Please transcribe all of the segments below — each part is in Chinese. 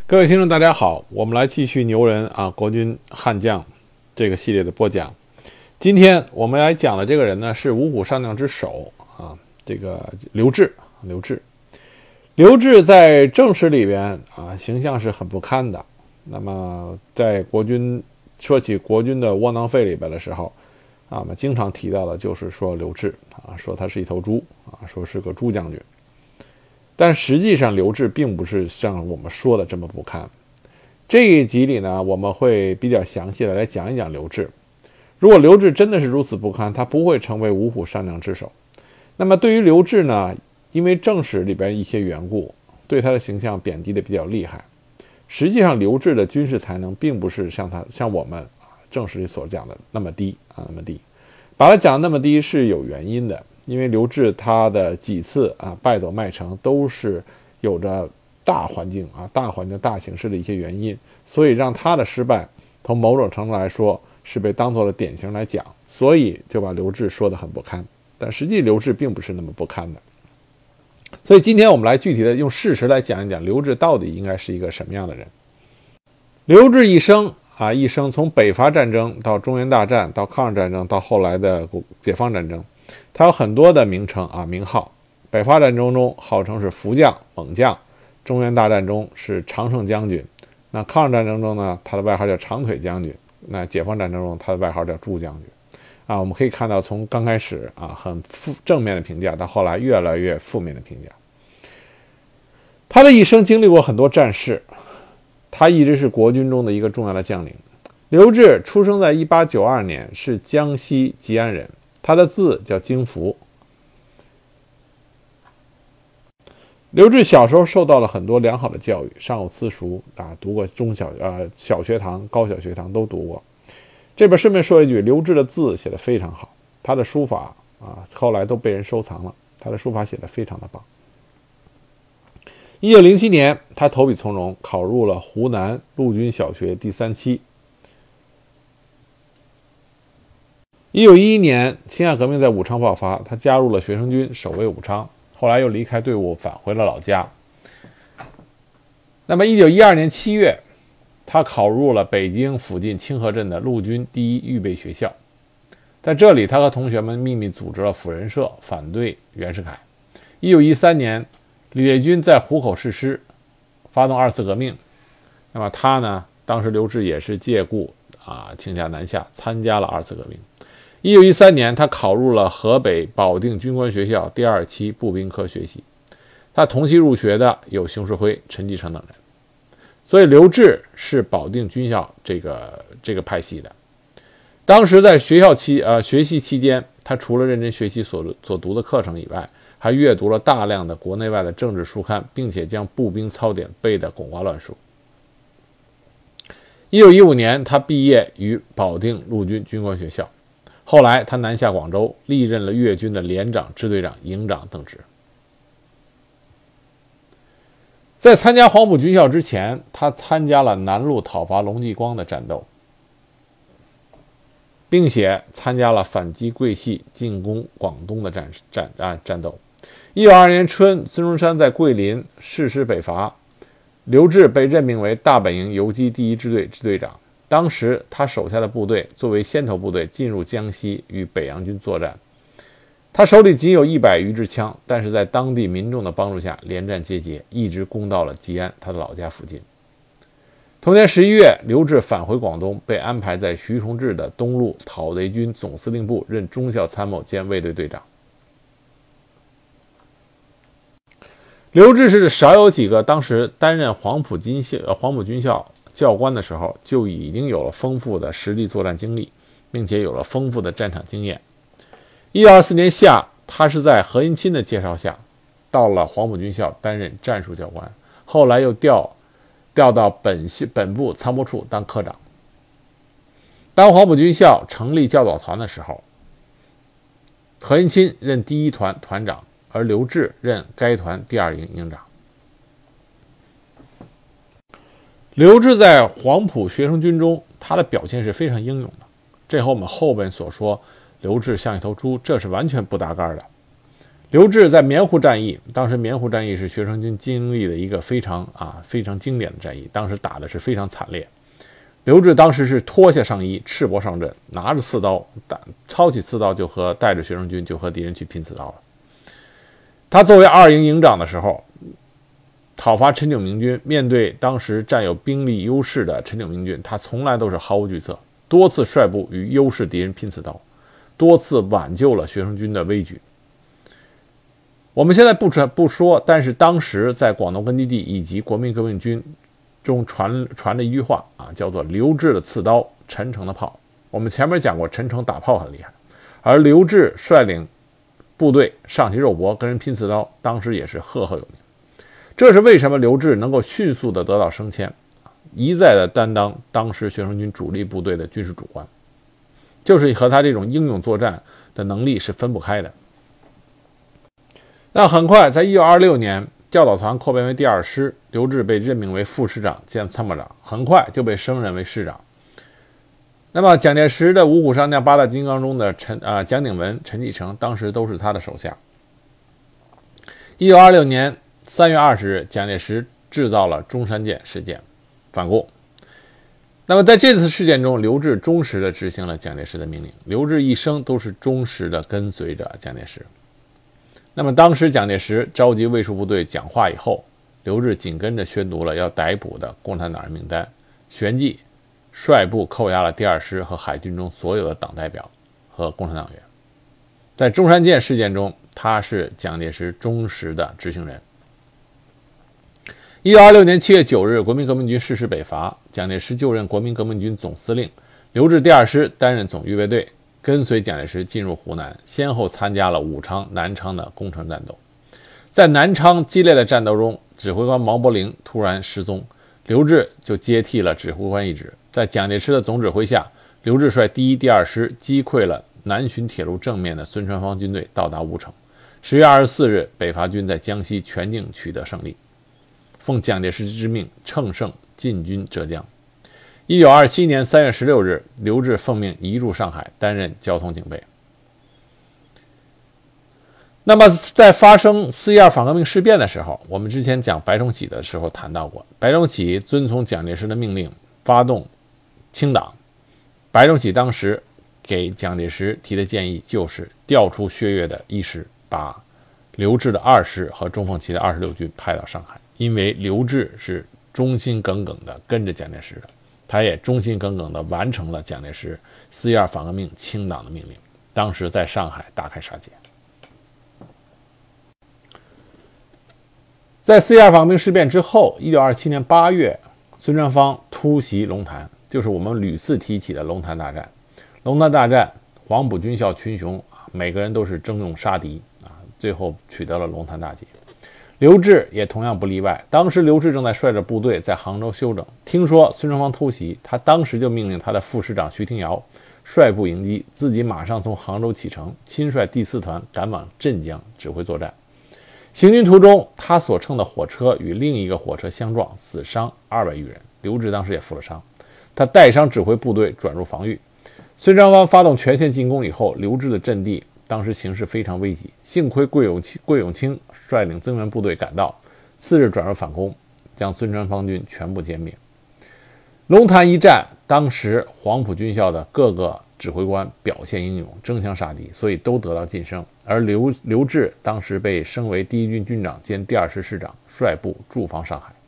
各位听众大家好，我们来继续牛人国军悍将这个系列的播讲。今天我们来讲的这个人呢，是五虎上将之首这个刘志。刘志在正史里边形象是很不堪的。那么在国军说起国军的窝囊废里边的时候我们经常提到的就是说刘志说他是一头猪说是个猪将军。但实际上刘志并不是像我们说的这么不堪。这一集里呢，我们会比较详细的来讲一讲刘志。如果刘志真的是如此不堪，他不会成为五虎上将之首。那么对于刘志呢，因为正史里边一些缘故，对他的形象贬低的比较厉害。实际上刘志的军事才能并不是像我们正史里所讲的那么低把他讲的那么低是有原因的。因为刘志他的几次败走麦城都是有着大环境大形势的一些原因，所以让他的失败从某种程度来说是被当作了典型来讲，所以就把刘志说得很不堪。但实际刘志并不是那么不堪的。所以今天我们来具体的用事实来讲一讲刘志到底应该是一个什么样的人。刘志一生从北伐战争到中原大战到抗日战争到后来的解放战争，他有很多的名称名号。北伐战争中号称是福将猛将，中原大战中是常胜将军，那抗日战争中呢，他的外号叫长腿将军，那解放战争中他的外号叫猪将军我们可以看到从刚开始很正面的评价到后来越来越负面的评价。他的一生经历过很多战事，他一直是国军中的一个重要的将领。刘志出生在1892年，是江西吉安人，他的字叫京福。刘志小时候受到了很多良好的教育，上有私塾读过小学堂、高小学堂都读过。这边顺便说一句，刘志的字写得非常好，他的书法后来都被人收藏了，他的书法写得非常的棒。1907年，他投笔从戎，考入了湖南陆军小学第3期。1911年，辛亥革命在武昌爆发，他加入了学生军，守卫武昌，后来又离开队伍，返回了老家。那么1912年7月，他考入了北京附近清河镇的陆军第一预备学校，在这里，他和同学们秘密组织了辅仁社，反对袁世凯。1913年，李烈钧在湖口誓师，发动2次革命。那么他呢，当时刘志也是借故请假南下，参加了2次革命。1913年，他考入了河北保定军官学校第2期步兵科学习。他同期入学的有熊式辉、陈继承等人。所以刘志是保定军校这个派系的。当时在学习期间，他除了认真学习所读的课程以外，还阅读了大量的国内外的政治书刊，并且将步兵操典背得滚瓜乱熟。1915年，他毕业于保定陆军军官学校。后来他南下广州，历任了粤军的连长、支队长、营长等职。在参加黄埔军校之前，他参加了南路讨伐龙继光的战斗，并且参加了反击桂系、进攻广东的战斗。1922年春，孙中山在桂林誓师北伐，刘志被任命为大本营游击第1支队支队长。当时他手下的部队作为先头部队进入江西与北洋军作战，他手里仅有100余支枪，但是在当地民众的帮助下连战皆捷，一直攻到了吉安他的老家附近。同年11月，刘志返回广东，被安排在徐崇智的东路讨贼军总司令部任中校参谋兼卫队队长。刘志是少有几个当时担任黄埔军校教官的时候就已经有了丰富的实地作战经历，并且有了丰富的战场经验。1924年夏，他是在何应钦的介绍下到了黄埔军校担任战术教官，后来又调到本部参谋处当科长。当黄埔军校成立教导团的时候，何应钦任第1团团长，而刘志任该团第2营营长。刘志在黄埔学生军中，他的表现是非常英勇的，这和我们后边所说刘志像一头猪，这是完全不搭嘎的。 刘志在棉湖战役，当时棉湖战役是学生军经历的一个非常经典的战役，当时打的是非常惨烈。刘志当时是脱下上衣，赤膊上阵，拿着刺刀，抄起刺刀就带着学生军就和敌人去拼刺刀了。他作为2营营长的时候，讨伐陈炯明军，面对当时占有兵力优势的陈炯明军，他从来都是毫无惧色，多次率部与优势敌人拼刺刀，多次挽救了学生军的危局。我们现在不说，但是当时在广东根据地以及国民革命军中传了一句话叫做刘志的刺刀，陈诚的炮。我们前面讲过，陈诚打炮很厉害，而刘志率领部队上起肉搏跟人拼刺刀，当时也是赫赫有名。这是为什么刘志能够迅速的得到升迁，一再的担当当时学生军主力部队的军事主官，就是和他这种英勇作战的能力是分不开的。那很快，在1926年，教导团扩编为第2师，刘志被任命为副师长兼参谋长，很快就被升任为师长。那么蒋介石的五虎上将8大金刚中的蒋鼎文、陈继承，当时都是他的手下。1926年3月20日，蒋介石制造了中山舰事件，反共。那么在这次事件中，刘志忠实地执行了蒋介石的命令，刘志一生都是忠实地跟随着蒋介石。那么当时蒋介石召集卫戍部队讲话以后，刘志紧跟着宣读了要逮捕的共产党人名单，旋即率部扣押了第2师和海军中所有的党代表和共产党员。在中山舰事件中，他是蒋介石忠实的执行人。1926年7月9日，国民革命军誓师北伐，蒋介石就任国民革命军总司令，刘志第2师担任总预备队，跟随蒋介石进入湖南，先后参加了武昌、南昌的攻城战斗。在南昌激烈的战斗中，指挥官毛伯龄突然失踪，刘志就接替了指挥官一职。在蒋介石的总指挥下，刘志率第1、第2师击溃了南浔铁路正面的孙传芳军队，到达吴城。10月24日，北伐军在江西全境取得胜利，奉蒋介石之命乘胜进军浙江。1927年3月16日，刘志奉命移驻上海，担任交通警备。那么在发生4·12反革命事变的时候，我们之前讲白崇禧的时候谈到过，白崇禧遵从蒋介石的命令发动清党。白崇禧当时给蒋介石提的建议就是调出薛岳的1师，把刘志的2师和钟凤岐的26军派到上海，因为刘志是忠心耿耿的跟着蒋介石的，他也忠心耿耿地完成了蒋介石4·12反革命清党的命令，当时在上海大开杀戒。在4·12反革命事变之后，1927年8月，孙传芳突袭龙潭，就是我们屡次提起的龙潭大战。龙潭大战，黄埔军校群雄每个人都是征勇杀敌最后取得了龙潭大捷。刘志也同样不例外，当时刘志正在率着部队在杭州休整，听说孙传芳突袭，他当时就命令他的副师长徐廷瑶率部迎击，自己马上从杭州启程，亲率第4团赶往镇江指挥作战。行军途中，他所乘的火车与另一个火车相撞，死伤200余人，刘志当时也负了伤，他带伤指挥部队转入防御。孙传芳发动全线进攻以后，刘志的阵地当时形势非常危急，幸亏桂永清率领增援部队赶到，次日转入反攻，将孙传芳军全部歼灭。龙潭一战，当时黄埔军校的各个指挥官表现英勇，争相杀敌，所以都得到晋升。而刘志当时被升为第1军军长兼第2师师长，率部驻防上海。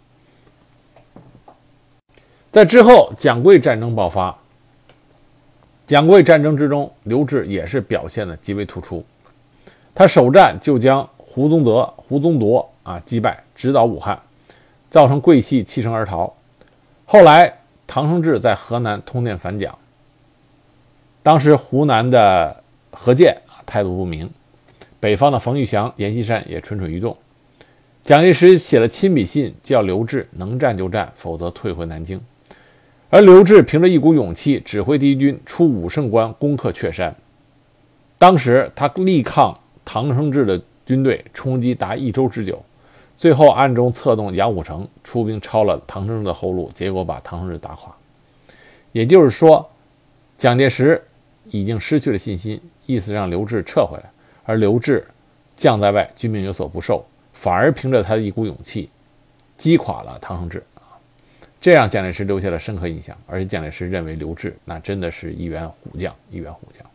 在之后，蒋桂战争爆发。蒋桂战争之中，刘志也是表现得极为突出。他首战就将胡宗铎击败，直捣武汉，造成桂系弃城而逃。后来唐生智在河南通电反蒋，当时湖南的何键态度不明，北方的冯玉祥、阎锡山也蠢蠢欲动。蒋介石写了亲笔信，叫刘志能战就战，否则退回南京。而刘志凭着一股勇气，指挥第1军出武胜关，攻克雀山。当时他力抗唐生智的军队冲击达1周之久，最后暗中策动杨虎城出兵抄了唐生智的后路，结果把唐生智打垮。也就是说，蒋介石已经失去了信心，意思让刘志撤回来，而刘志将在外，军命有所不受，反而凭着他的一股勇气，击垮了唐生智啊，这让蒋介石留下了深刻印象。而且蒋介石认为刘峙那真的是一员虎将，一员虎将。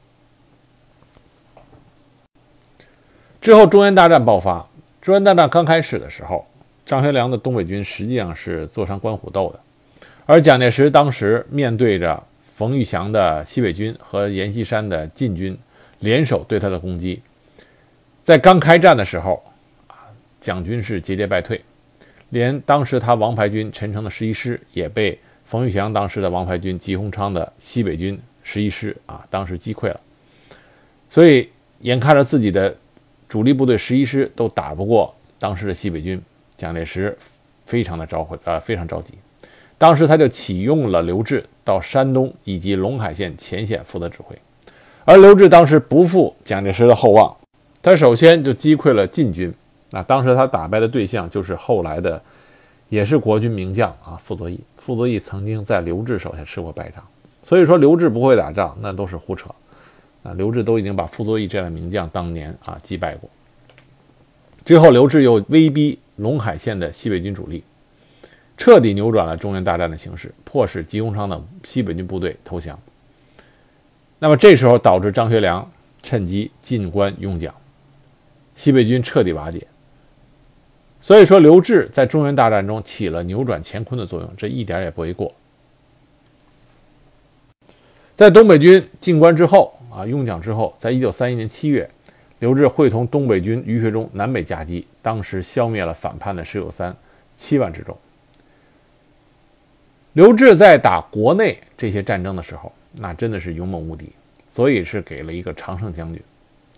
之后中原大战爆发，中原大战刚开始的时候，张学良的东北军实际上是坐上关虎斗的，而蒋介石当时面对着冯玉祥的西北军和阎锡山的晋军联手对他的攻击，在刚开战的时候蒋军是节节败退，连当时他王牌军陈诚的11师也被冯玉祥当时的王牌军吉鸿昌的西北军11师当时击溃了。所以眼看着自己的主力部队11师都打不过当时的西北军，蒋介石非常着急。当时他就启用了刘峙到山东以及陇海线前线负责指挥。而刘峙当时不负蒋介石的厚望，他首先就击溃了晋军。当时他打败的对象就是后来的也是国军名将傅作义。傅作义曾经在刘峙手下吃过败仗，所以说刘峙不会打仗那都是胡扯。刘峙都已经把傅作义这样的名将当年击败过。之后刘峙又威逼陇海线的西北军主力，彻底扭转了中原大战的形势，迫使吉鸿昌的西北军部队投降。那么这时候导致张学良趁机进关拥蒋，西北军彻底瓦解。所以说刘峙在中原大战中起了扭转乾坤的作用，这一点也不为过。在东北军进关之后拥蒋之后，在1931年7月，刘峙会同东北军于学忠南北夹击，当时消灭了反叛的石友三7万之众。刘峙在打国内这些战争的时候，那真的是勇猛无敌，所以是给了一个常胜将军。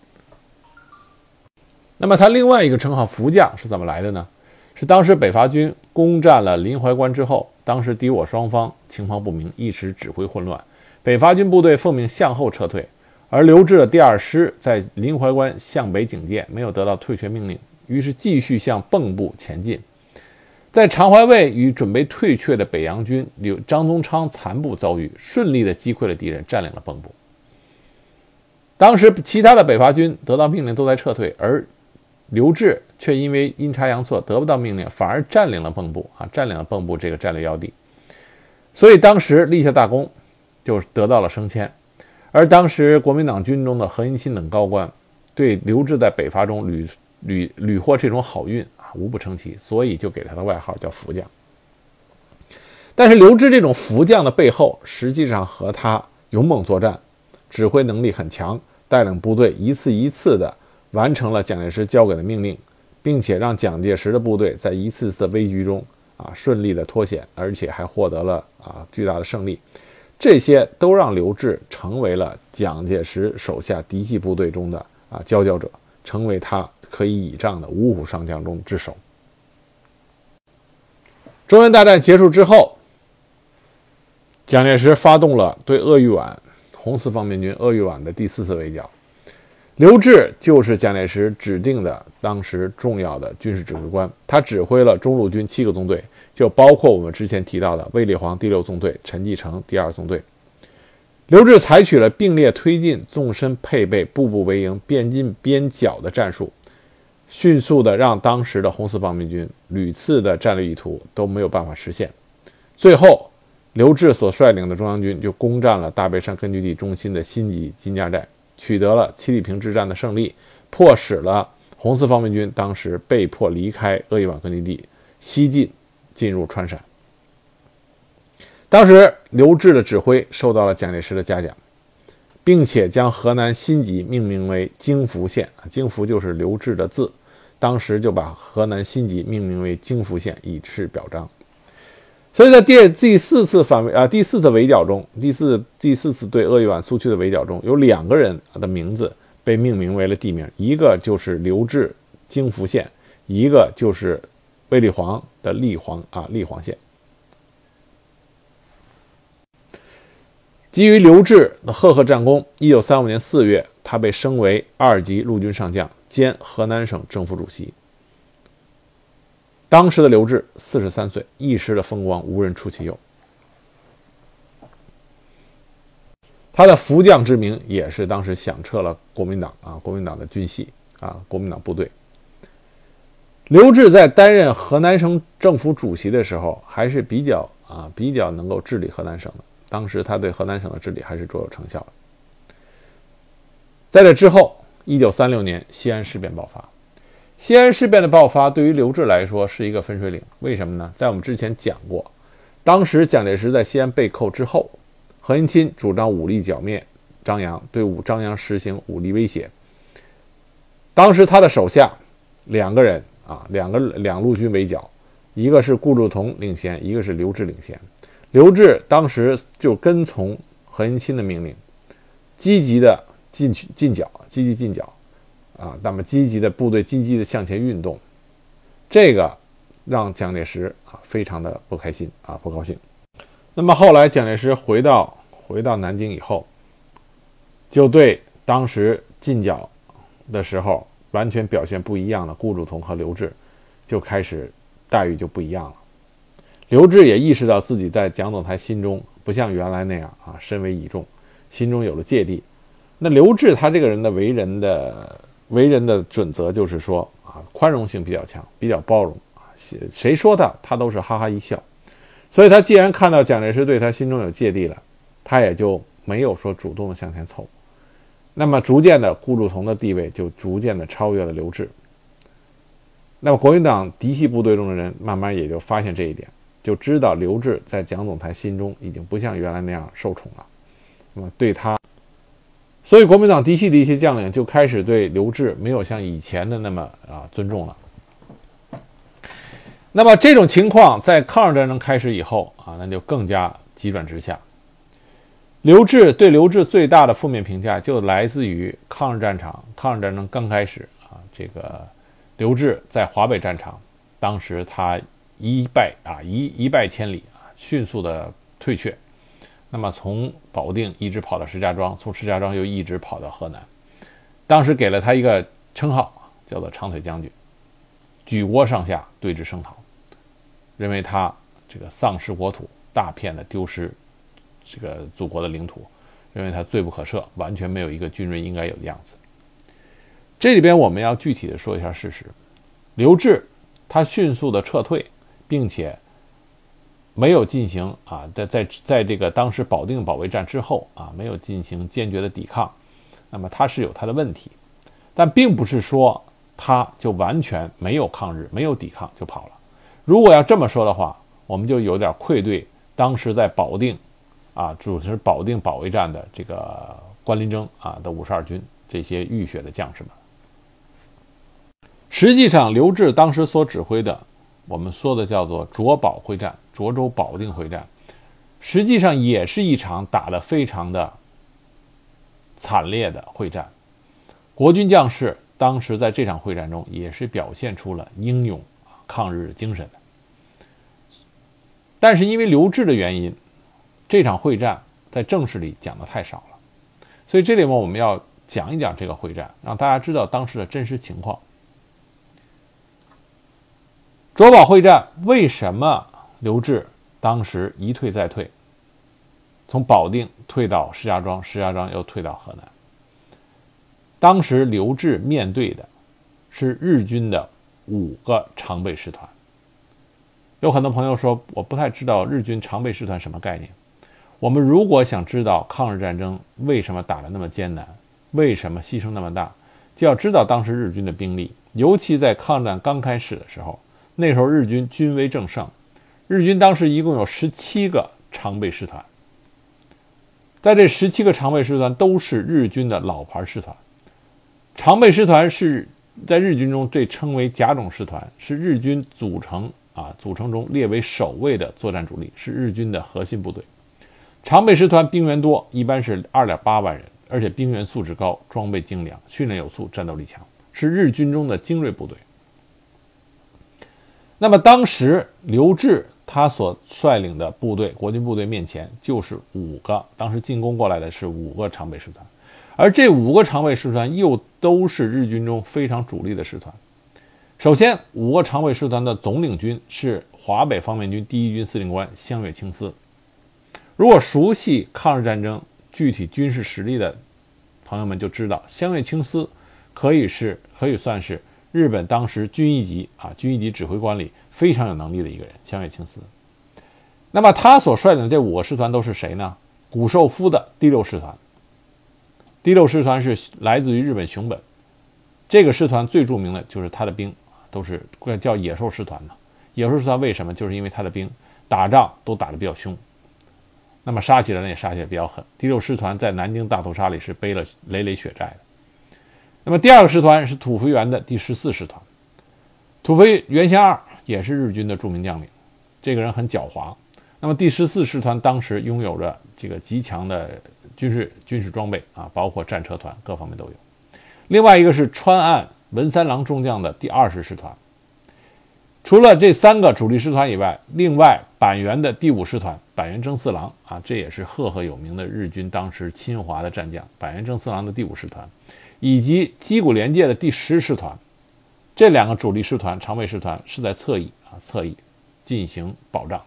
那么他另外一个称号福将是怎么来的呢？是当时北伐军攻占了临淮关之后，当时敌我双方情况不明，一时指挥混乱，北伐军部队奉命向后撤退，而刘峙的第2师在临淮关向北警戒，没有得到退却命令，于是继续向蚌埠前进。在长淮卫与准备退却的北洋军张宗昌残部遭遇，顺利地击溃了敌人，占领了蚌埠。当时其他的北伐军得到命令都在撤退，而刘峙却因为阴差阳错得不到命令，反而占领了蚌埠占领了蚌埠这个战略要地，所以当时立下大功，就得到了升迁。而当时国民党军中的何应钦等高官对刘峙在北伐中屡获这种好运无不称奇，所以就给他的外号叫福将。但是刘峙这种福将的背后，实际上和他勇猛作战，指挥能力很强，带领部队一次一次的完成了蒋介石交给的命令，并且让蒋介石的部队在一次次的危局中顺利的脱险，而且还获得了巨大的胜利。这些都让刘峙成为了蒋介石手下嫡系部队中的佼佼者，成为他可以倚仗的五虎上将中之首。中原大战结束之后，蒋介石发动了对鄂豫皖红四方面军鄂豫皖的第4次围剿。刘峙就是蒋介石指定的当时重要的军事指挥官，他指挥了中路军7个纵队，就包括我们之前提到的卫立煌第6纵队、陈继承第2纵队。刘峙采取了并列推进、纵深配备、步步为营、边进边剿的战术，迅速的让当时的红四方面军屡次的战略意图都没有办法实现。最后刘峙所率领的中央军就攻占了大别山根据地中心的新集金家寨，取得了七里坪之战的胜利，迫使了红四方面军当时被迫离开鄂豫皖根据地，西进入川陕。当时刘峙的指挥受到了蒋介石的嘉奖，并且将河南新集命名为京福县，京福就是刘峙的字，当时就把河南新集命名为京福县，以示表彰。所以在第四次围剿中，第四次对鄂豫皖苏区的围剿中，有2个人的名字被命名为了地名，一个就是刘峙京福县，一个就是卫立煌的立煌县。基于刘峙的赫赫战功，1935年4月，他被升为2级陆军上将兼河南省政府主席。当时的刘峙43岁，一时的风光无人出其右。他的福将之名也是当时响彻了国民党的军系， 国民党部队。刘志在担任河南省政府主席的时候，还是比较能够治理河南省的。当时他对河南省的治理还是卓有成效的。在这之后，1936年西安事变爆发。西安事变的爆发对于刘志来说是一个分水岭，为什么呢？在我们之前讲过，当时蒋介石在西安被扣之后，何应钦主张武力剿灭张扬，对张扬实行武力威胁。当时他的手下两个人两路军围剿，一个是顾祝同领衔，一个是刘志领衔。刘志当时就跟从何应钦的命令，积极的进剿，那么积极的部队积极的向前运动，这个让蒋介石非常的不开心不高兴。那么后来蒋介石回到南京以后，就对当时进剿的时候完全表现不一样的顾祝同和刘志就开始待遇就不一样了。刘志也意识到自己在蒋总裁心中不像原来那样身为倚重，心中有了芥蒂。那刘志他这个人的为人的准则就是说宽容性比较强，比较包容谁说他都是哈哈一笑。所以他既然看到蒋介石对他心中有芥蒂了，他也就没有说主动的向前凑。那么逐渐的，顾祝同的地位就逐渐的超越了刘志。那么国民党嫡系部队中的人慢慢也就发现这一点，就知道刘志在蒋总裁心中已经不像原来那样受宠了。那么对他，所以国民党嫡系的一些将领就开始对刘志没有像以前的那么尊重了。那么这种情况在抗日战争开始以后那就更加急转直下。对刘志最大的负面评价就来自于抗日战争刚开始这个刘志在华北战场，当时他一败千里迅速的退却。那么从保定一直跑到石家庄，从石家庄又一直跑到河南。当时给了他一个称号，叫做长腿将军，举国上下对之声讨，认为他这个丧失国土，大片的丢失这个祖国的领土，认为他罪不可赦，完全没有一个军人应该有的样子。这里边我们要具体的说一下事实。刘志他迅速的撤退，并且没有进行在这个当时保定保卫战之后没有进行坚决的抵抗，那么他是有他的问题，但并不是说他就完全没有抗日，没有抵抗就跑了。如果要这么说的话，我们就有点愧对当时在保定主持保定保卫战的这个关麟征的52军这些浴血的将士们。实际上刘志当时所指挥的，我们说的叫做涿保会战，涿州保定会战，实际上也是一场打得非常的惨烈的会战。国军将士当时在这场会战中也是表现出了英勇抗日精神的。但是因为刘志的原因，这场会战在正史里讲的太少了，所以这里面我们要讲一讲这个会战，让大家知道当时的真实情况。涿保会战为什么刘志当时一退再退，从保定退到石家庄，石家庄又退到河南？当时刘志面对的是日军的5个常备师团。有很多朋友说我不太知道日军常备师团什么概念。我们如果想知道抗日战争为什么打得那么艰难，为什么牺牲那么大，就要知道当时日军的兵力。尤其在抗战刚开始的时候，那时候日军军威正盛，日军当时一共有17个常备师团，在这17个常备师团都是日军的老牌师团。常备师团是在日军中被称为甲种师团，是日军组成中列为首位的作战主力，是日军的核心部队。常备师团兵员多，一般是2.8万人，而且兵员素质高，装备精良，训练有素，战斗力强，是日军中的精锐部队。那么当时刘志他所率领的部队，国军部队面前就是5个，当时进攻过来的是5个常备师团，而这5个常备师团又都是日军中非常主力的师团。首先5个常备师团的总领军是华北方面军第1军司令官湘粤清司。如果熟悉抗日战争具体军事实力的朋友们就知道，湘粤清司可以算是日本当时军一级指挥官里非常有能力的一个人，香月清司。那么他所率领的这5个师团都是谁呢？谷寿夫的第6师团。第6师团是来自于日本熊本，这个师团最著名的就是他的兵都是叫野兽师团的。野兽师团为什么？就是因为他的兵打仗都打得比较凶，那么杀起人也杀起来比较狠。第6师团在南京大屠杀里是背了累累血债的。那么第2个师团是土肥原的第14师团。土肥原贤二也是日军的著名将领，这个人很狡猾。那么第14师团当时拥有着这个极强的军事装备包括战车团，各方面都有。另外一个是川岸文三郎中将的第20师团。除了这3个主力师团以外，另外板垣的第5师团，板垣征四郎这也是赫赫有名的日军当时侵华的战将，板垣征四郎的第5师团，以及矶谷廉介的第10师团。这2个主力师团常备师团是在侧翼进行保障。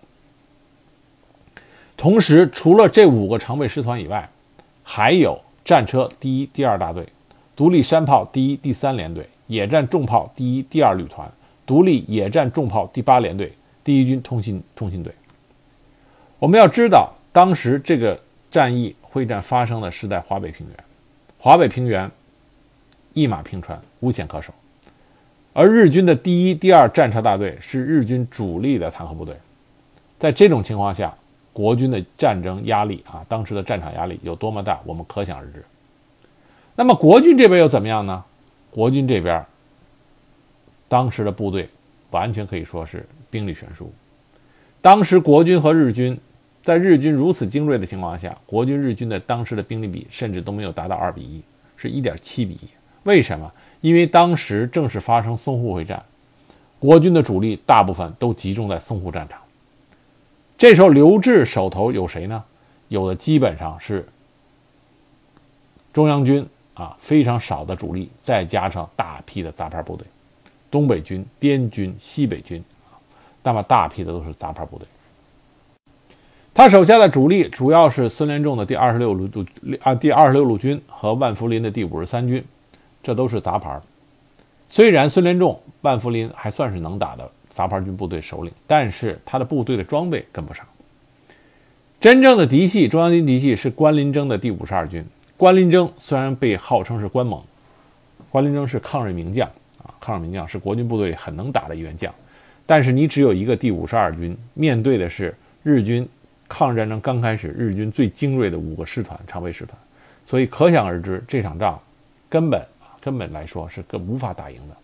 同时除了这5个常备师团以外，还有战车第1、第2大队，独立山炮第1、第3联队，野战重炮第1、第2旅团，独立野战重炮第8联队，第1军通信队。我们要知道，当时这个战役会战发生的是在华北平原，华北平原一马平川，无险可守。而日军的第1、第2战车大队是日军主力的坦克部队，在这种情况下，国军的战争压力当时的战场压力有多么大，我们可想而知。那么国军这边又怎么样呢？国军这边当时的部队完全可以说是兵力悬殊。当时国军和日军在日军如此精锐的情况下，国军日军的当时的兵力比甚至都没有达到2比1，是1.7比1。为什么？因为当时正是发生淞沪会战，国军的主力大部分都集中在淞沪战场。这时候刘志手头有谁呢？有的基本上是中央军非常少的主力，再加上大批的杂牌部队，东北军、滇军、西北军那么大批的都是杂牌部队。他手下的主力主要是孙连仲的第26路军和万福林的第53军，这都是杂牌。虽然孙连仲、万福林还算是能打的杂牌军部队首领，但是他的部队的装备跟不上。真正的嫡系，中央军嫡系是关麟征的第52军。关麟征虽然被号称是关猛，关麟征是抗日名将抗日名将，是国军部队里很能打的一员将，但是你只有一个第52军，面对的是日军抗日战争刚开始日军最精锐的5个师团常备师团，所以可想而知这场仗根本来说是无法打赢的。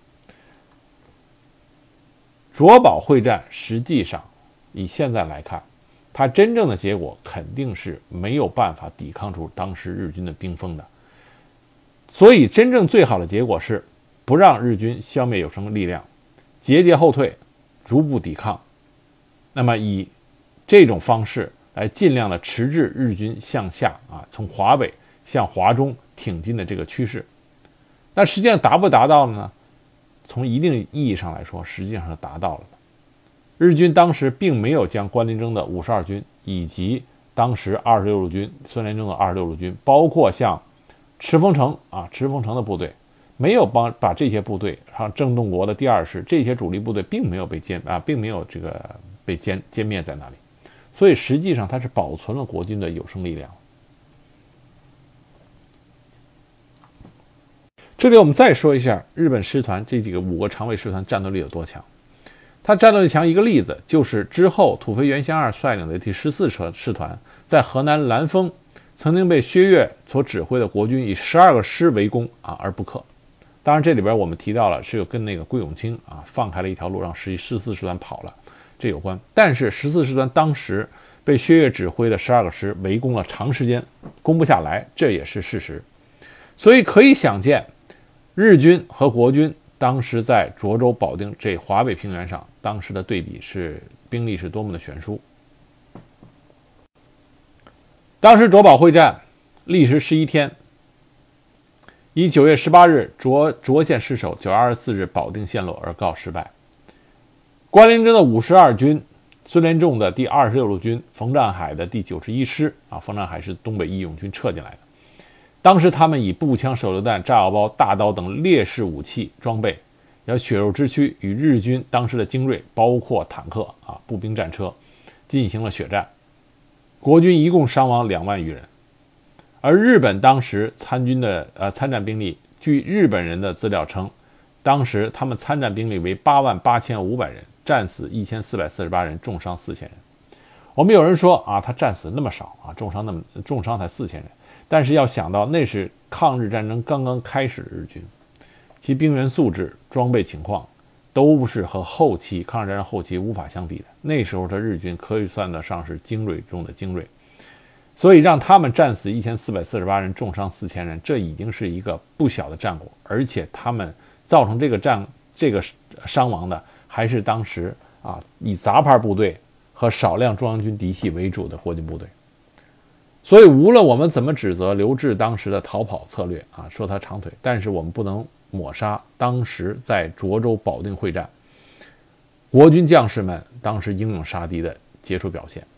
卓保会战实际上以现在来看，它真正的结果肯定是没有办法抵抗住当时日军的兵锋的。所以真正最好的结果是不让日军消灭有生力量，节节后退，逐步抵抗。那么以这种方式来尽量的迟滞日军向下从华北向华中挺进的这个趋势。那实际上达不达到了呢？从一定意义上来说，实际上是达到了的。日军当时并没有将关麟征的52军以及当时26路军孙连仲的26路军，包括像赤峰城的部队，没有把这些部队，像郑洞国的第2师这些主力部队并没有被歼灭在那里，所以实际上它是保存了国军的有生力量。这里我们再说一下日本师团这几个5个常备师团战斗力有多强。它战斗力强一个例子就是之后土肥原贤二率领的第14师团在河南兰丰曾经被薛岳所指挥的国军以12个师围攻而不克。当然这里边我们提到了是有跟那个桂永清放开了一条路让14师团跑了，这有关。但是14师团当时被薛岳指挥的12个师围攻了长时间，攻不下来，这也是事实。所以可以想见日军和国军当时在涿州、保定这华北平原上，当时的对比是兵力是多么的悬殊。当时涿保会战历时11天，以9月18日涿县失守，9月24日保定陷落而告失败。关麟征的52军、孙连仲的第26路军、冯占海的第91师冯占海是东北义勇军撤进来的， 当时他们以步枪、手榴弹、炸药包、大刀等劣势武器装备，要血肉之躯与日军当时的精锐，包括坦克步兵战车，进行了血战。国军一共伤亡2万余人，而日本当时参战兵力，据日本人的资料称，当时他们参战兵力为88500人，战死1448人，重伤4000人。我们有人说他战死那么少重伤才4000人，但是要想到那是抗日战争刚刚开始的日军，其兵员素质、装备情况都不是和抗日战争后期无法相比的。那时候的日军可以算得上是精锐中的精锐，所以让他们战死1448人，重伤4000人，这已经是一个不小的战果。而且他们造成这个伤亡的，还是当时以杂牌部队和少量中央军嫡系为主的国军部队。所以无论我们怎么指责刘峙当时的逃跑策略说他长腿，但是我们不能抹杀当时在涿州保定会战国军将士们当时英勇杀敌的杰出表现。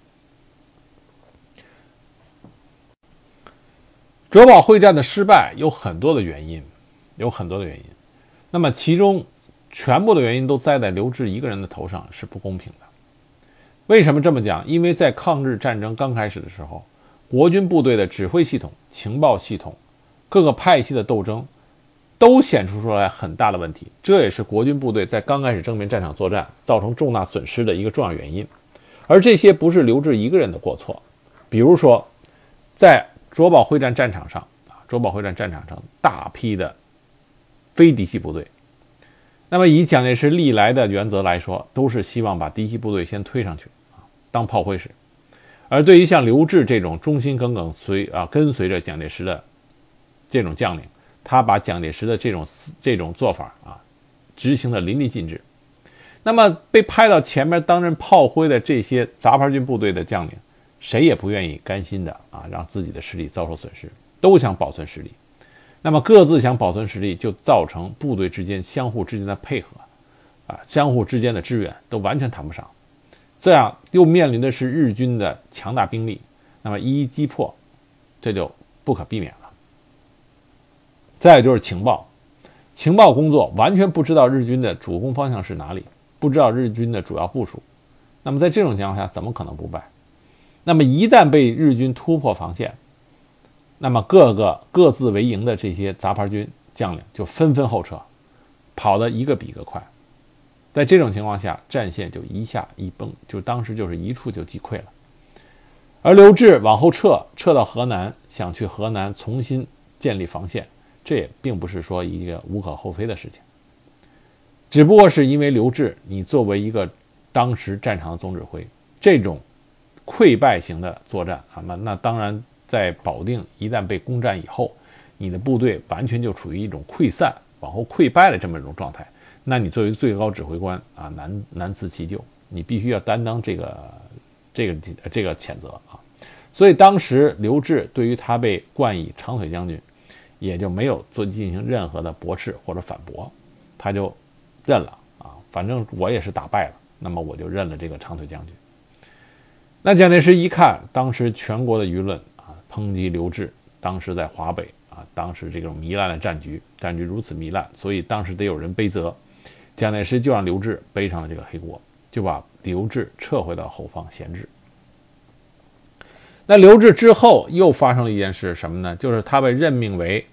涿保会战的失败有很多的原因，那么其中全部的原因都栽在刘峙一个人的头上，是不公平的。为什么这么讲？因为在抗日战争刚开始的时候，国军部队的指挥系统、情报系统、各个派系的斗争都显出来很大的问题，这也是国军部队在刚开始正面战场作战造成重大损失的一个重要原因。而这些不是刘峙一个人的过错。比如说在涿保会战战场上大批的非嫡系部队，那么以蒋介石历来的原则来说，都是希望把嫡系部队先推上去当炮灰使。而对于像刘峙这种忠心耿耿跟随着蒋介石的这种将领，他把蒋介石的这种做法执行的淋漓尽致。那么被派到前面担任炮灰的这些杂牌军部队的将领，谁也不愿意甘心的让自己的实力遭受损失，都想保存实力。那么各自想保存实力，就造成部队之间相互之间的配合相互之间的支援都完全谈不上。这样又面临的是日军的强大兵力，那么一一击破，这就不可避免了。再有就是情报工作完全不知道日军的主攻方向是哪里，不知道日军的主要部署，那么在这种情况下怎么可能不败？那么一旦被日军突破防线，那么各自为营的这些杂牌军将领就纷纷后撤，跑得一个比一个快。在这种情况下，战线就一下一崩，就当时就是一触就击溃了。而刘峙往后撤到河南，想去河南重新建立防线，这也并不是说一个无可厚非的事情，只不过是因为刘峙你作为一个当时战场的总指挥，这种溃败型的作战那当然在保定一旦被攻占以后，你的部队完全就处于一种溃散往后溃败的这么一种状态，那你作为最高指挥官难辞其咎，你必须要担当这个谴责所以当时刘峙对于他被冠以长腿将军，也就没有进行任何的驳斥或者反驳，他就认了反正我也是打败了，那么我就认了这个长腿将军。那蒋介石一看当时全国的舆论抨击刘峙当时在华北当时这种糜烂的战局如此糜烂，所以当时得有人背责。蒋介石就让刘峙背上了这个黑锅，就把刘峙撤回到后方闲置。那刘峙之后又发生了一件事，什么呢？就是他被任命为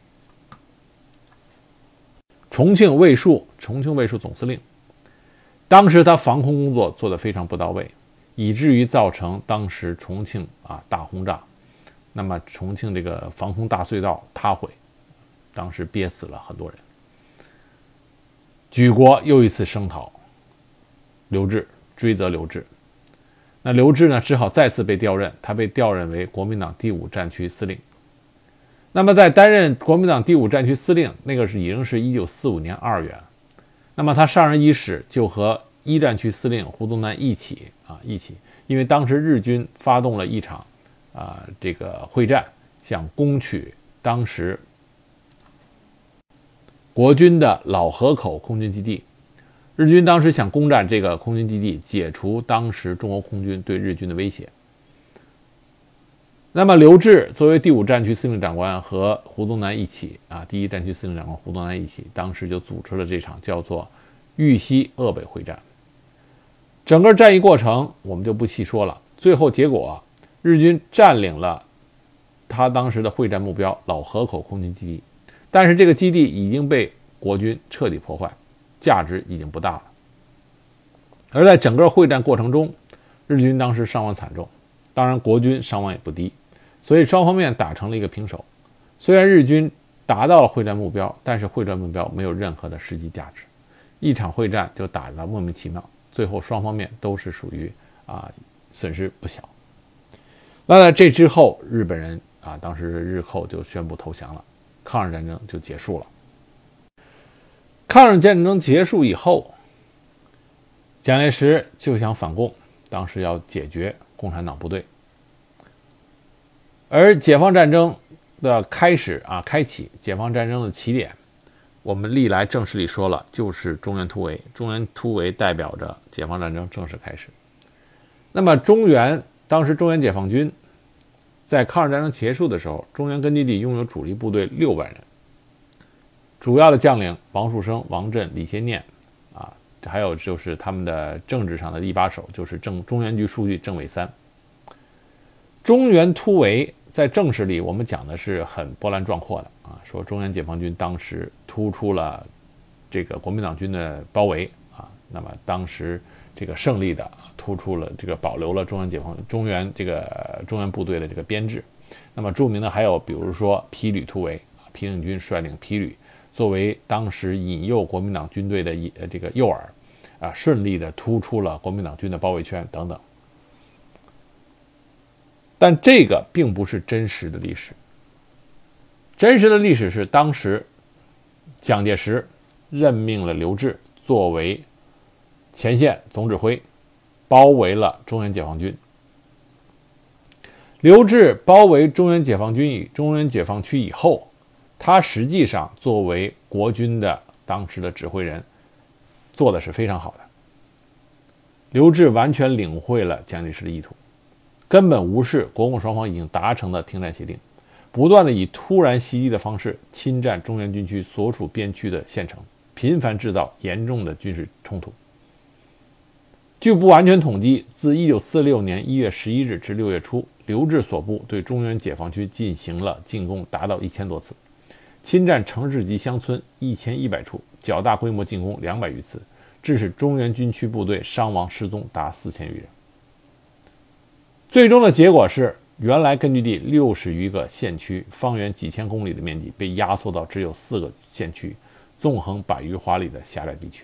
重庆卫戍总司令。当时他防空工作做得非常不到位，以至于造成当时重庆大轰炸，那么重庆这个防空大隧道塌毁，当时憋死了很多人。举国又一次声讨刘峙，追责刘峙。那刘峙呢，只好再次被调任，他被调任为国民党第5战区司令。那么在担任国民党第5战区司令，那个已经是1945年2月，那么他上任伊始就和1战区司令胡宗南一起，因为当时日军发动了一场这个会战，想攻取当时国军的老河口空军基地。日军当时想攻占这个空军基地，解除当时中国空军对日军的威胁。 那么刘志作为第5战区司令长官和胡宗南一起第1战区司令长官胡宗南一起，当时就组织了这场叫做豫西鄂北会战。整个战役过程我们就不细说了，最后结果日军占领了他当时的会战目标老河口空军基地，但是这个基地已经被国军彻底破坏，价值已经不大了。而在整个会战过程中，日军当时伤亡惨重，当然国军伤亡也不低，所以双方面打成了一个平手。虽然日军达到了会战目标，但是会战目标没有任何的实际价值，一场会战就打得莫名其妙，最后双方面都是属于损失不小。那在这之后，日本人当时日寇就宣布投降了，抗日战争就结束了。抗日战争结束以后，蒋介石就想反共，当时要解决共产党部队。而解放战争的开启，解放战争的起点，我们历来正史里说了，就是中原突围。中原突围代表着解放战争正式开始。那么当时中原解放军在抗日战争结束的时候，中原根据地拥有主力部队6万人，主要的将领王树声、王震、李先念还有就是他们的政治上的一把手，就是中原局书记郑伟三。中原突围在正史里我们讲的是很波澜壮阔的说中原解放军当时突出了这个国民党军的包围那么当时这个胜利的突出了这个保留了中原部队的这个编制。那么著名的还有比如说皮旅突围，皮定均率领皮旅作为当时引诱国民党军队的这个诱饵顺利的突出了国民党军的包围圈等等。但这个并不是真实的历史，真实的历史是当时蒋介石任命了刘志作为前线总指挥，包围了中原解放军。刘志包围中原解放区以后，他实际上作为国军的当时的指挥人，做的是非常好的。刘志完全领会了蒋介石的意图，根本无视国共双方已经达成的停战协定，不断的以突然袭击的方式侵占中原军区所属边区的县城，频繁制造严重的军事冲突。据不完全统计，自1946年1月11日至6月初，刘志所部对中原解放区进行了进攻达到1000多次，侵占城市及乡村1100处，较大规模进攻200余次，致使中原军区部队伤亡失踪达4000余人。最终的结果是，原来根据地60余个县区，方圆几千公里的面积被压缩到只有4个县区，纵横100余华里的狭窄地区。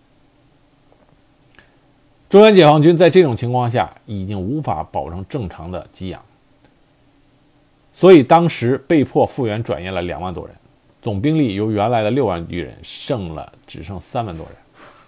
中原解放军在这种情况下已经无法保证正常的给养，所以当时被迫复员转业了2万多人，总兵力由原来的6万余人只剩3万多人。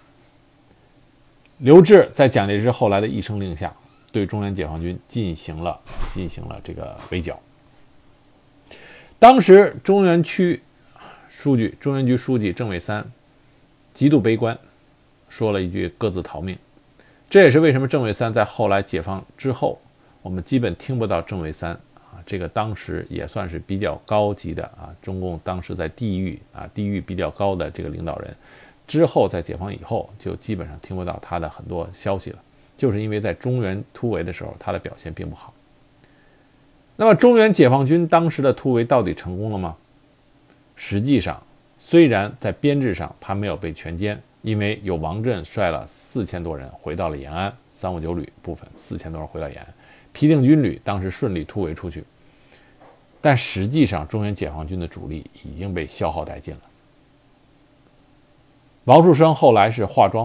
刘志在蒋介石后来的一声令下，对中原解放军进行了这个围剿。当时中原局书记郑伟三极度悲观，说了一句各自逃命。这也是为什么郑伟三在后来解放之后，我们基本听不到郑伟三这个当时也算是比较高级的中共当时在地域比较高的这个领导人，之后在解放以后就基本上听不到他的很多消息了，就是因为在中原突围的时候他的表现并不好。那么中原解放军当时的突围到底成功了吗？实际上虽然在编制上他没有被全歼，因为有王震率了4000多人回到了延安，359旅部分4000多人回到延安，皮定均旅当时顺利突围出去，但实际上中原解放军的主力已经被消耗殆尽了。王树声后来是化妆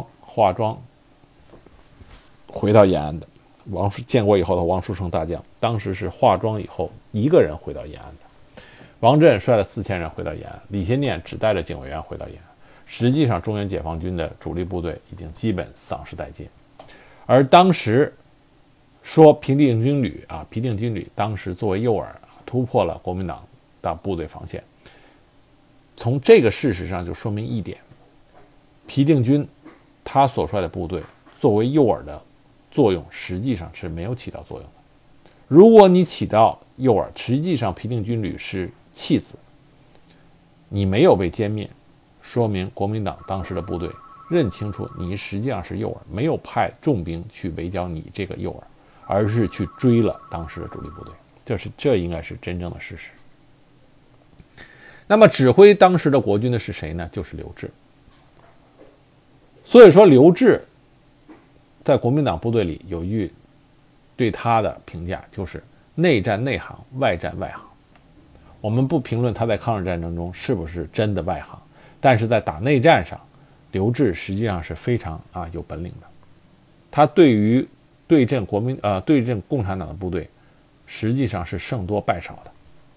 回到延安的，建国以后的王树声大将，当时是化妆以后一个人回到延安的。王震率了4000人回到延安，李先念只带着警卫员回到延安。实际上中原解放军的主力部队已经基本丧失殆尽。而当时说皮定均旅当时作为诱饵突破了国民党的部队防线，从这个事实上就说明一点，皮定均他所率的部队作为诱饵的作用实际上是没有起到作用的。 如果你起到诱饵，实际上平定军旅是弃子，你没有被歼灭，说明国民党当时的部队认清楚你实际上是诱饵，没有派重兵去围剿你这个诱饵，而是去追了当时的主力部队。这应该是真正的事实。那么指挥当时的国军的是谁呢？就是刘峙。所以说刘峙在国民党部队里有一句对他的评价，就是内战内行，外战外行。我们不评论他在抗日战争中是不是真的外行，但是在打内战上，刘峙实际上是非常有本领的。他对于对阵共产党的部队，实际上是胜多败少的。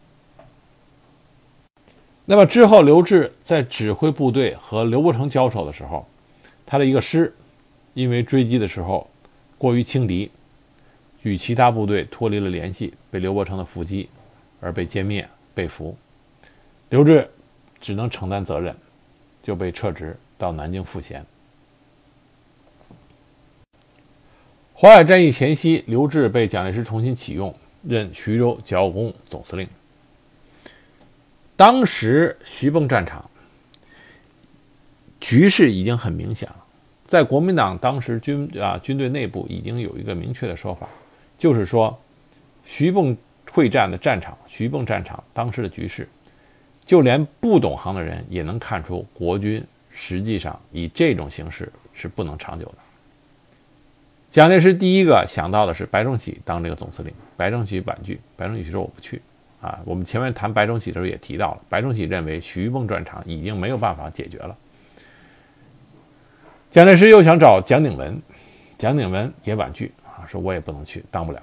那么之后，刘峙在指挥部队和刘伯承交手的时候，他的一个师因为追击的时候过于轻敌，与其他部队脱离了联系，被刘伯承的伏击而被歼灭被俘。刘峙只能承担责任，就被撤职到南京赋闲。淮海战役前夕，刘峙被蒋介石重新启用，任徐州剿共总司令。当时徐蚌战场局势已经很明显了，在国民党当时军队内部已经有一个明确的说法，就是说徐蚌会战的战场，徐蚌战场当时的局势，就连不懂行的人也能看出国军实际上以这种形式是不能长久的。蒋介石第一个想到的是白崇禧当这个总司令，白崇禧婉拒，白崇禧说我不去。我们前面谈白崇禧的时候也提到了，白崇禧认为徐蚌战场已经没有办法解决了。蒋介石又想找蒋鼎文，蒋鼎文也婉拒说我也不能去，当不了。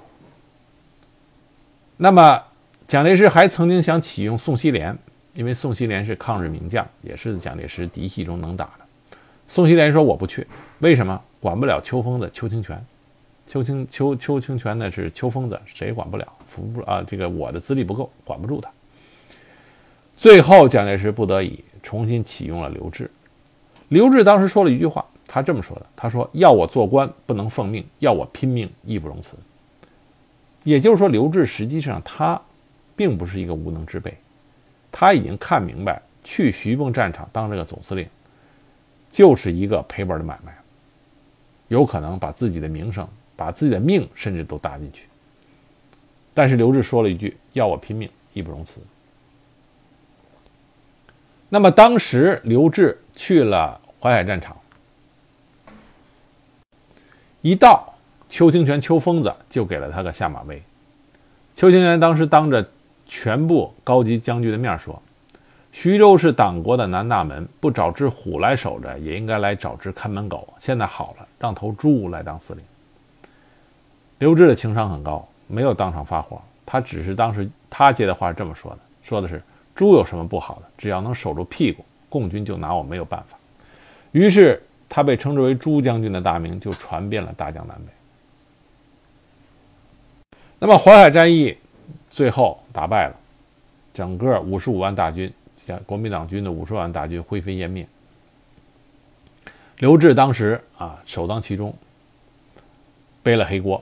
那么蒋介石还曾经想启用宋希濂，因为宋希濂是抗日名将，也是蒋介石嫡系中能打的。宋希濂说我不去，为什么？管不了秋风的邱清泉。邱清泉呢是秋风的，谁也管不了，这个我的资历不够，管不住他。最后蒋介石不得已重新启用了刘峙。刘峙当时说了一句话，他这么说的，他说要我做官不能奉命，要我拼命义不容辞。也就是说，刘峙实际上他并不是一个无能之辈，他已经看明白去徐蚌战场当这个总司令就是一个赔本的买卖，有可能把自己的名声把自己的命甚至都搭进去。但是刘峙说了一句要我拼命义不容辞。那么当时刘峙去了淮海战场，一到邱清泉邱疯子就给了他个下马威。邱清泉当时当着全部高级将军的面说，徐州是党国的南大门，不找只虎来守着，也应该来找只看门狗。现在好了，让头猪来当司令。刘峙的情商很高，没有当场发火，他只是当时他接的话是这么说的，说的是猪有什么不好的，只要能守住屁股，共军就拿我没有办法。于是他被称之为朱将军的大名就传遍了大江南北。那么淮海战役最后打败了，整个55万大军，国民党军的50万大军灰飞烟灭。刘峙当时首当其冲，背了黑锅。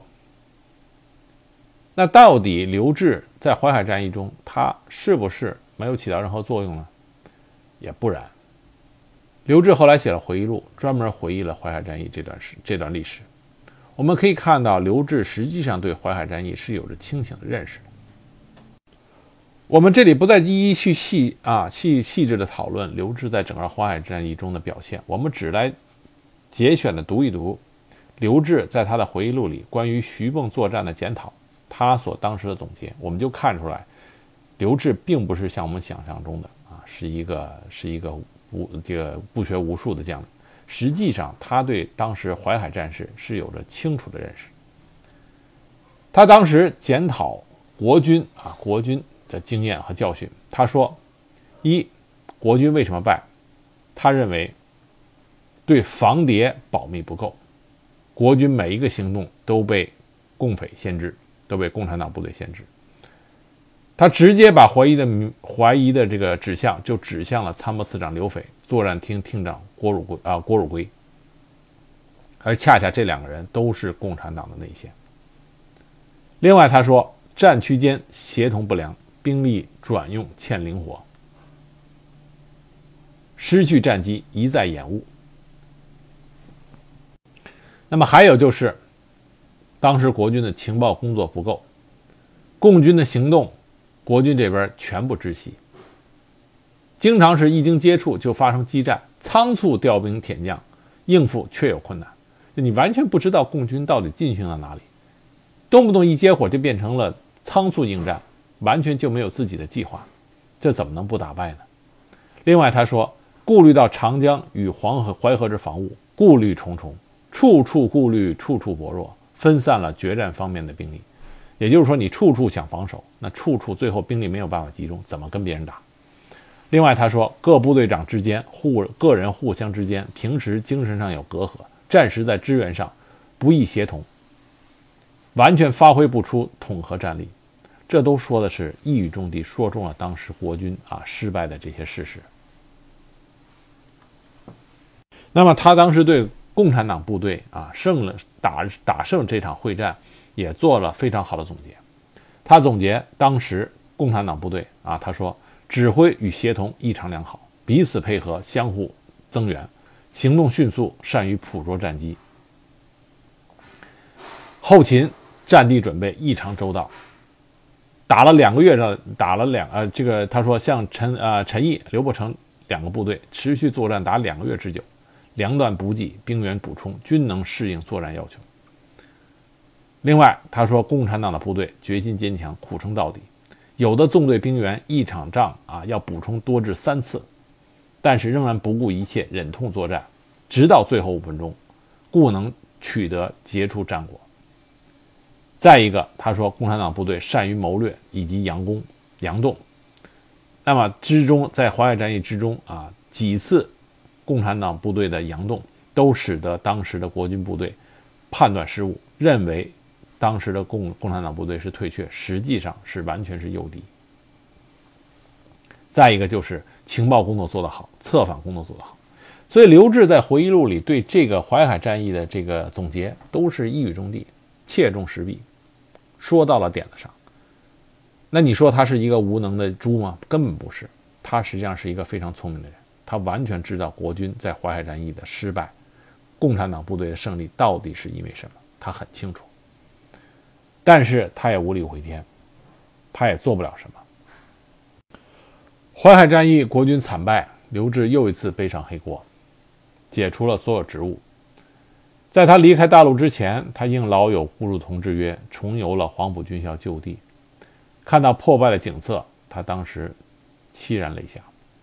那到底刘峙在淮海战役中，他是不是没有起到任何作用呢？也不然。刘峙后来写了回忆录，专门回忆了淮海战役这段历史。我们可以看到，刘峙实际上对淮海战役是有着清醒的认识的。我们这里不再一一去细致的讨论刘峙在整个淮海战役中的表现，我们只来节选的读一读刘峙在他的回忆录里关于徐蚌作战的检讨，他所当时的总结，我们就看出来，刘峙并不是像我们想象中的是一个不学无术的将领。实际上，他对当时淮海战事是有着清楚的认识。他当时检讨国军的经验和教训，他说：一，国军为什么败？他认为对防谍保密不够，国军每一个行动都被共匪先知，都被共产党部队先知。他直接把怀疑的这个指向就指向了参谋次长刘斐、作战厅厅长郭汝瑰，而恰恰这两个人都是共产党的内线。另外他说， 战区间协同不良，兵力转用欠灵活，失去战机，一再延误。那么还有就是，当时国军的情报工作不够，共军的行动，国军这边全部知悉，经常是一经接触就发生激战，仓促调兵遣将，应付确有困难。你完全不知道共军到底进行到哪里，动不动一接火就变成了仓促应战，完全就没有自己的计划，这怎么能不打败呢？另外他说，顾虑到长江与黄河、淮河之防务，顾虑重重，处处顾虑，处处薄弱，分散了决战方面的兵力。也就是说，你处处想防守，那处处最后兵力没有办法集中，怎么跟别人打？另外他说，各部队长之间个人互相之间平时精神上有隔阂，战时在支援上不易协同，完全发挥不出统合战力。这都说的是一语中的，说中了当时国军失败的这些事实。那么他当时对共产党部队打胜这场会战也做了非常好的总结。他总结当时共产党部队他说，指挥与协同异常良好，彼此配合，相互增援，行动迅速，善于捕捉战机，后勤战地准备异常周到。打了2个月他说像陈毅、刘伯承2个部队持续作战达2个月之久，粮断补给，兵员补充，均能适应作战要求。另外他说，共产党的部队决心坚强，苦撑到底，有的纵队兵员一场仗要补充多至3次，但是仍然不顾一切，忍痛作战，直到最后5分钟，故能取得杰出战果。再一个，他说共产党部队善于谋略以及佯攻、佯动。那么在淮海战役之中几次共产党部队的佯动，都使得当时的国军部队判断失误，认为当时的共产党部队是退却，实际上是完全是诱敌。再一个就是情报工作做得好，策反工作做得好。所以刘峙在回忆录里对这个淮海战役的这个总结都是一语中的，切中时弊，说到了点子上。那你说他是一个无能的猪吗？根本不是，他实际上是一个非常聪明的人，他完全知道国军在淮海战役的失败，共产党部队的胜利到底是因为什么，他很清楚。但是他也无力回天，他也做不了什么。淮海战役国军惨败，刘峙又一次背上黑锅，解除了所有职务。在他离开大陆之前，他应老友顾祝同之约，重游了黄埔军校旧地。看到破败的景色，他当时凄然泪下。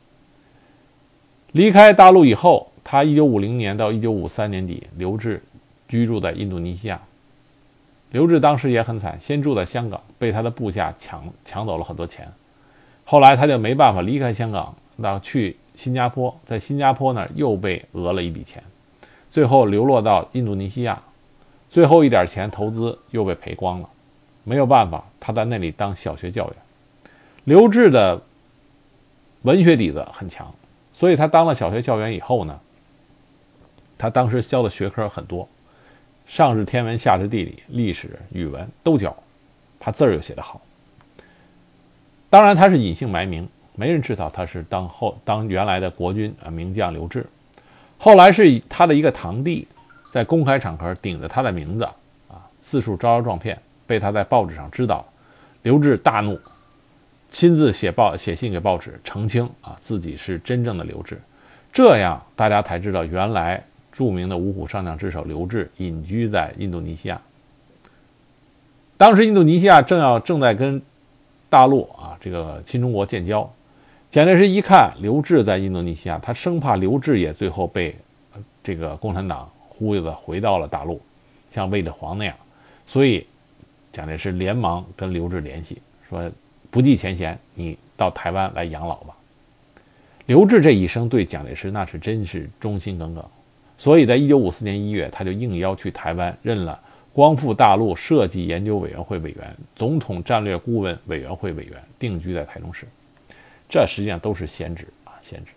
离开大陆以后，他1950年到1953年底，刘峙居住在印度尼西亚。刘峙当时也很惨，先住在香港，被他的部下抢走了很多钱。后来他就没办法离开香港，去新加坡，在新加坡那儿又被讹了一笔钱，最后流落到印度尼西亚，最后一点钱投资又被赔光了，没有办法，他在那里当小学教员。刘峙的文学底子很强，所以他当了小学教员以后呢，他当时教的学科很多，上至天文，下至地理，历史、语文都教，他字儿又写得好。当然他是隐姓埋名，没人知道他是当原来的国军名将刘峙。后来是他的一个堂弟在公开场合顶着他的名字四处招摇撞骗，被他在报纸上知道。刘峙大怒，亲自写信给报纸澄清自己是真正的刘峙。这样大家才知道，原来著名的五虎上将之首刘峙隐居在印度尼西亚。当时印度尼西亚正在跟大陆这个新中国建交，蒋介石一看刘峙在印度尼西亚，他生怕刘峙也最后被这个共产党忽悠的回到了大陆，像卫立煌那样，所以蒋介石连忙跟刘峙联系，说不计前嫌，你到台湾来养老吧。刘峙这一生对蒋介石那是真是忠心耿耿，所以在1954年1月，他就应邀去台湾，任了光复大陆设计研究委员会委员、总统战略顾问委员会委员，定居在台中市。这实际上都是闲职闲职。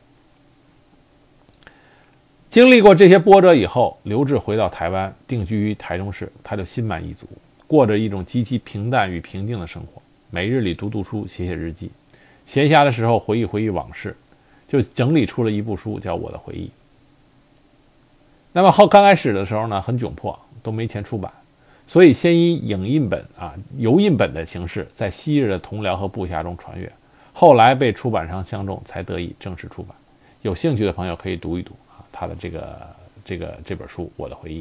经历过这些波折以后，刘峙回到台湾，定居于台中市，他就心满意足过着一种极其平淡与平静的生活，每日里读读书，写写日记，闲暇的时候回忆回忆往事，就整理出了一部书，叫《我的回忆》。那么刚开始的时候呢，很窘迫，都没钱出版，所以先以影印本油印本的形式在昔日的同僚和部下中传阅，后来被出版商相中，才得以正式出版。有兴趣的朋友可以读一读他的这本书《我的回忆》。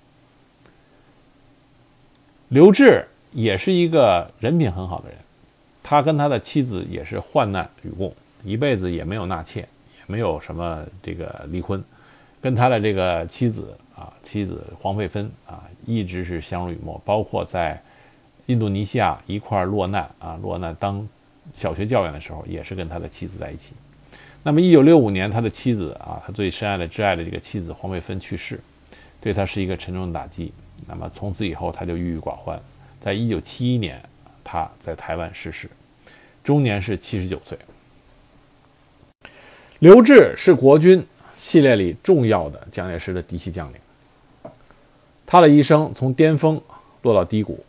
刘志也是一个人品很好的人，他跟他的妻子也是患难与共，一辈子也没有纳妾，也没有什么离婚，跟他的妻子黄佩芬一直是相濡以沫，包括在印度尼西亚一块落难当小学教员的时候，也是跟他的妻子在一起。那么1965年，他的妻子他最深爱的挚爱的这个妻子黄佩芬去世，对他是一个沉重的打击。那么从此以后，他就郁郁寡欢。在1971年，他在台湾逝世，终年是79岁。刘志是国军系列里重要的蒋介石的嫡系将领，他的一生从巅峰落到低谷。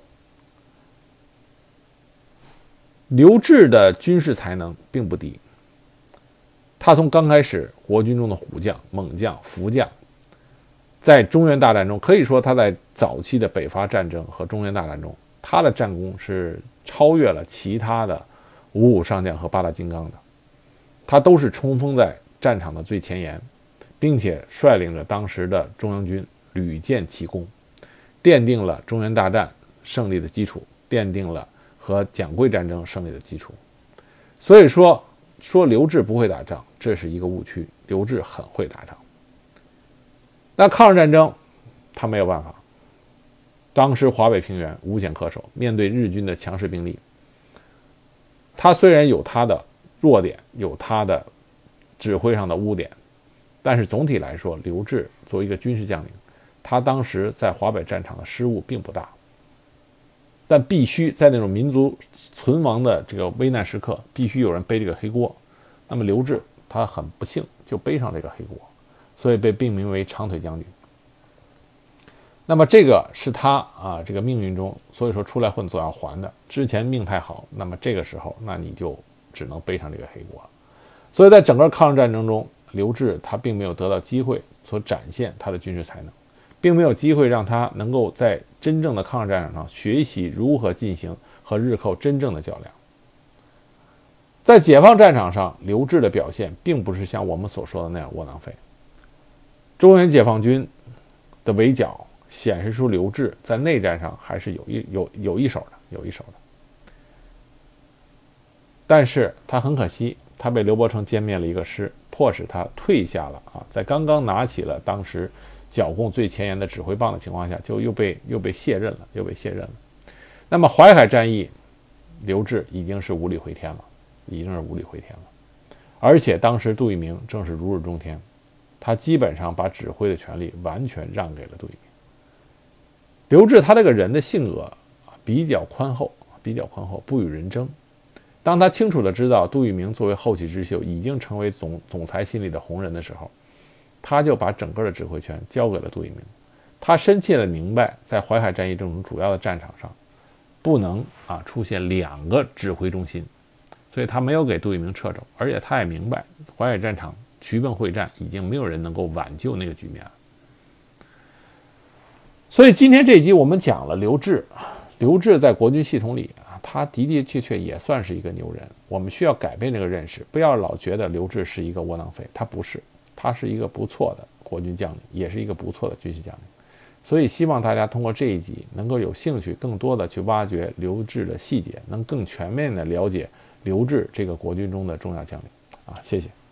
刘志的军事才能并不低，他从刚开始国军中的虎将、猛将、福将，在中原大战中，可以说他在早期的北伐战争和中原大战中，他的战功是超越了其他的五虎上将和八大金刚的。他都是冲锋在战场的最前沿，并且率领着当时的中央军屡建奇功，奠定了中原大战胜利的基础，奠定了和蒋桂战争胜利的基础。所以说刘志不会打仗，这是一个误区。刘志很会打仗。那抗日战争他没有办法，当时华北平原无险可守，面对日军的强势兵力，他虽然有他的弱点，有他的指挥上的污点，但是总体来说，刘志作为一个军事将领，他当时在华北战场的失误并不大，但必须在那种民族存亡的危难时刻，必须有人背这个黑锅。那么刘志他很不幸就背上这个黑锅，所以被命名为长腿将军。那么这个是他命运中，所以说出来混总要还的。之前命太好，那么这个时候那你就只能背上这个黑锅。所以在整个抗日战争中，刘志他并没有得到机会所展现他的军事才能，并没有机会让他能够在真正的抗日战场上学习如何进行和日寇真正的较量。在解放战场上，刘志的表现并不是像我们所说的那样窝囊废。中原解放军的围剿显示出刘志在内战上还是有一手的。但是他很可惜，他被刘伯承歼灭了一个师，迫使他退下了在刚刚拿起了当时剿共最前沿的指挥棒的情况下，就又被卸任了。那么淮海战役，刘志已经是无力回天了。而且当时杜聿明正是如日中天，他基本上把指挥的权力完全让给了杜聿明。刘志他这个人的性格比较宽厚，不与人争。当他清楚地知道杜聿明作为后起之秀已经成为总裁心里的红人的时候，他就把整个的指挥权交给了杜聿明。他深切地明白，在淮海战役这种主要的战场上，不能出现两个指挥中心，所以他没有给杜聿明掣肘，而且他也明白淮海战场徐蚌会战已经没有人能够挽救那个局面了。所以今天这一集我们讲了刘志在国军系统里他的的确确也算是一个牛人。我们需要改变这个认识，不要老觉得刘志是一个窝囊废，他不是，他是一个不错的国军将领，也是一个不错的军事将领。所以希望大家通过这一集能够有兴趣更多的去挖掘刘志的细节，能更全面的了解刘志这个国军中的重要将领谢谢。